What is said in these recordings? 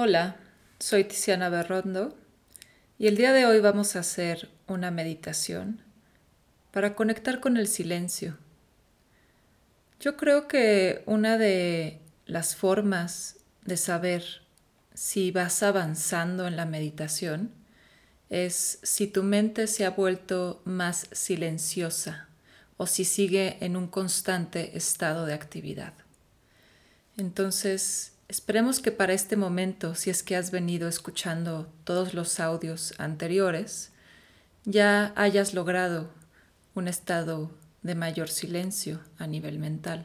Hola, soy Tiziana Berrondo y el día de hoy vamos a hacer una meditación para conectar con el silencio. Yo creo que una de las formas de saber si vas avanzando en la meditación es si tu mente se ha vuelto más silenciosa o si sigue en un constante estado de actividad. Entonces, esperemos que para este momento, si es que has venido escuchando todos los audios anteriores, ya hayas logrado un estado de mayor silencio a nivel mental.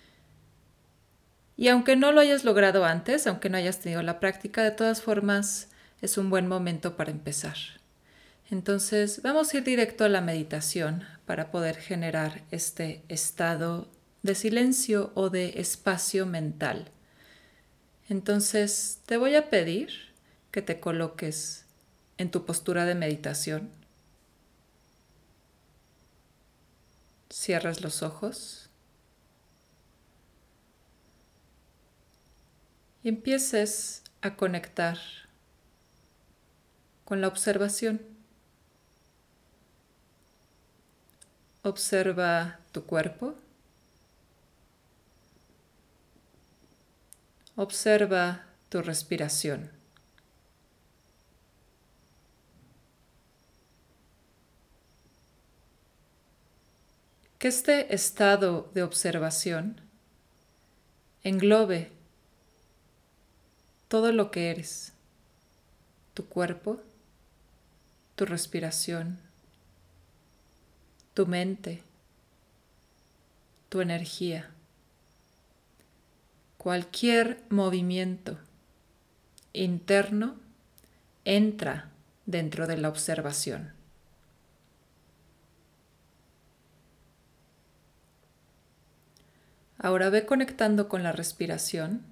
Y aunque no lo hayas logrado antes, aunque no hayas tenido la práctica, de todas formas es un buen momento para empezar. Entonces, vamos a ir directo a la meditación para poder generar este estado de silencio o de espacio mental. Entonces, te voy a pedir que te coloques en tu postura de meditación. Cierras los ojos y empieces a conectar con la observación. Observa tu cuerpo. Observa tu respiración. Que este estado de observación englobe todo lo que eres, tu cuerpo, tu respiración, tu mente, tu energía, cualquier movimiento interno entra dentro de la observación. Ahora ve conectando con la respiración,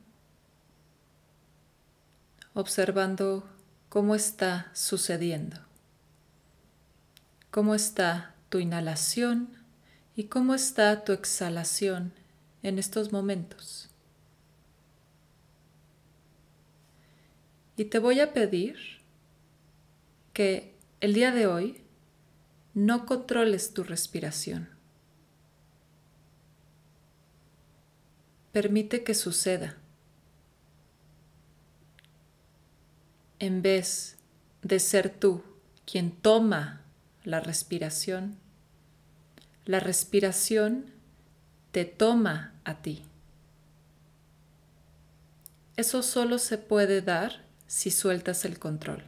observando cómo está sucediendo, cómo está tu inhalación y cómo está tu exhalación en estos momentos. Y te voy a pedir que el día de hoy no controles tu respiración. Permite que suceda. En vez de ser tú quien toma la respiración te toma a ti. Eso solo se puede dar si sueltas el control.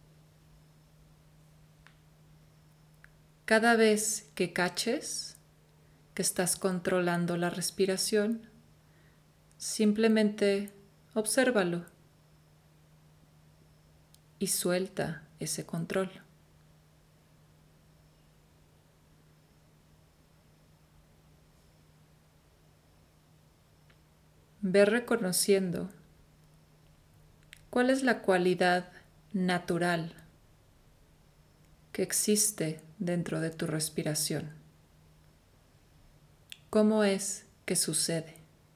Cada vez que caches que estás controlando la respiración, simplemente obsérvalo y suelta ese control. Ve reconociendo cuál es la cualidad natural que existe dentro de tu respiración. ¿Cómo es que sucede?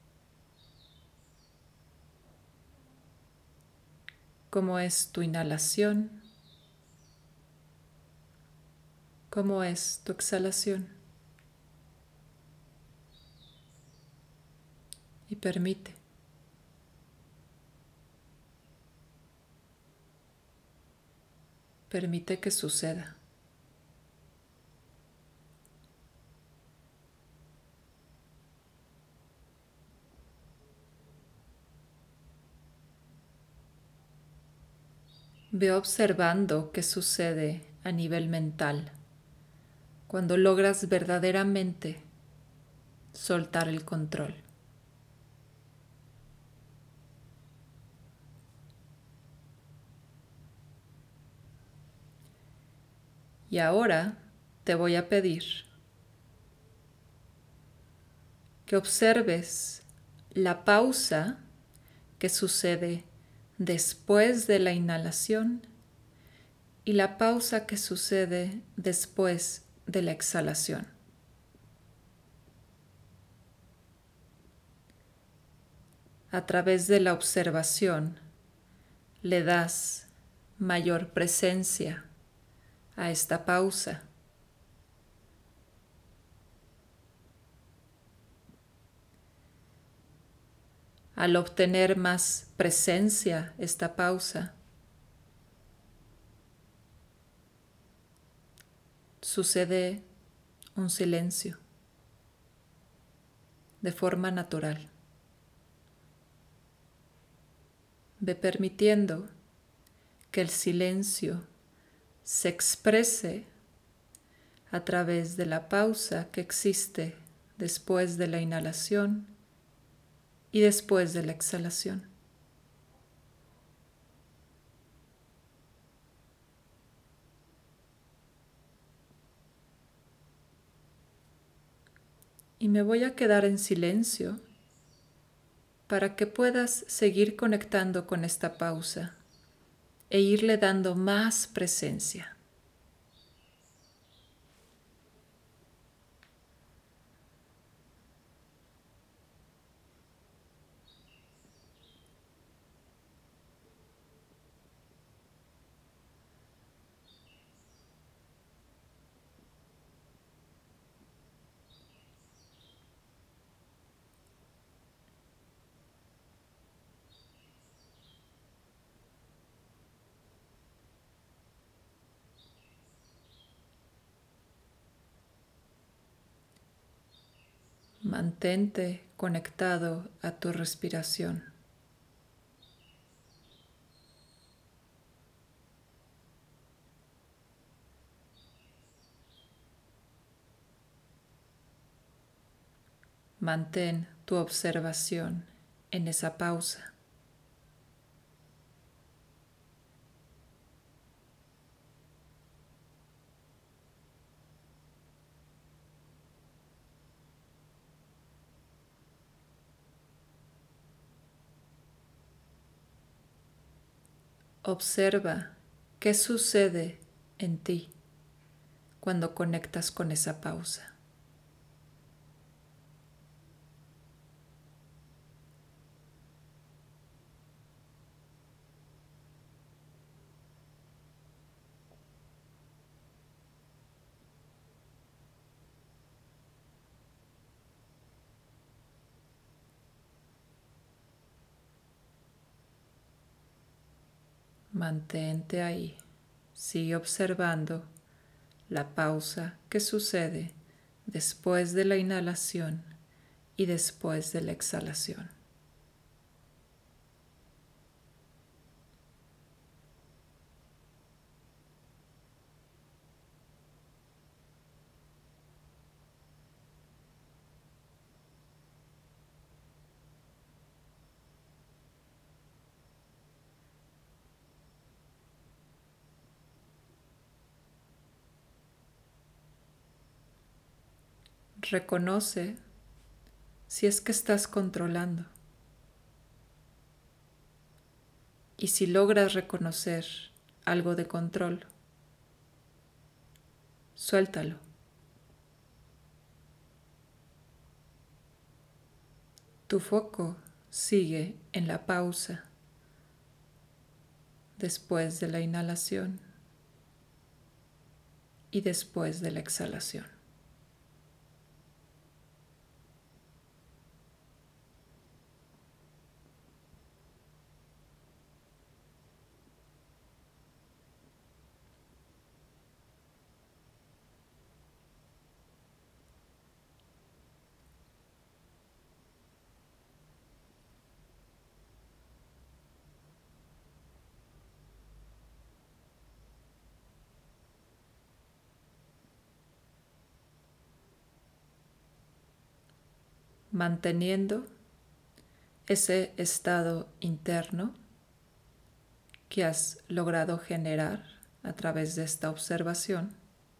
¿Cómo es tu inhalación? ¿Cómo es tu exhalación? Y permite. Permite que suceda. Ve observando qué sucede a nivel mental cuando logras verdaderamente soltar el control. Y ahora te voy a pedir que observes la pausa que sucede después de la inhalación y la pausa que sucede después de la exhalación. A través de la observación, le das mayor presencia a esta pausa. Al obtener más presencia esta pausa, sucede un silencio de forma natural. Ve permitiendo que el silencio se exprese a través de la pausa que existe después de la inhalación y después de la exhalación. Y me voy a quedar en silencio para que puedas seguir conectando con esta pausa e irle dando más presencia. Mantente conectado a tu respiración. Mantén tu observación en esa pausa. Observa qué sucede en ti cuando conectas con esa pausa. Mantente ahí. Sigue observando la pausa que sucede después de la inhalación y después de la exhalación. Reconoce si es que estás controlando y si logras reconocer algo de control, suéltalo. Tu foco sigue en la pausa después de la inhalación y después de la exhalación. Manteniendo ese estado interno que has logrado generar a través de esta observación,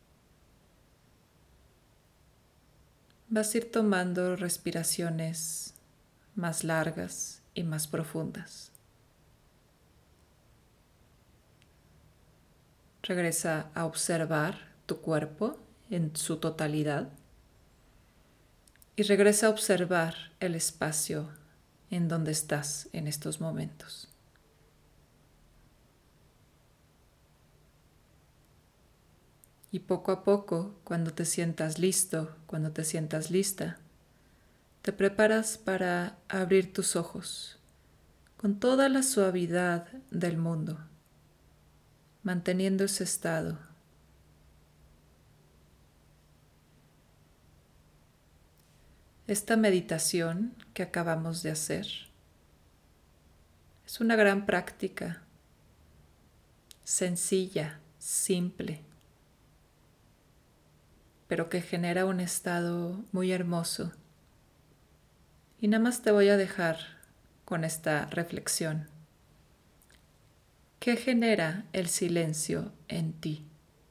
vas a ir tomando respiraciones más largas y más profundas. Regresa a observar tu cuerpo en su totalidad y regresa a observar el espacio en donde estás en estos momentos. Y poco a poco, cuando te sientas listo, cuando te sientas lista, te preparas para abrir tus ojos con toda la suavidad del mundo, manteniendo ese estado. Esta meditación que acabamos de hacer es una gran práctica, sencilla, simple, pero que genera un estado muy hermoso. Y nada más te voy a dejar con esta reflexión. ¿Qué genera el silencio en ti?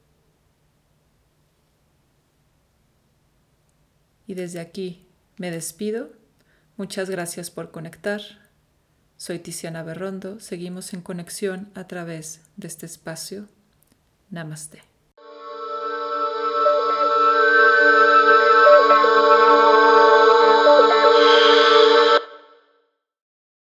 Y desde aquí me despido. Muchas gracias por conectar. Soy Tiziana Berrondo. Seguimos en conexión a través de este espacio. Namaste.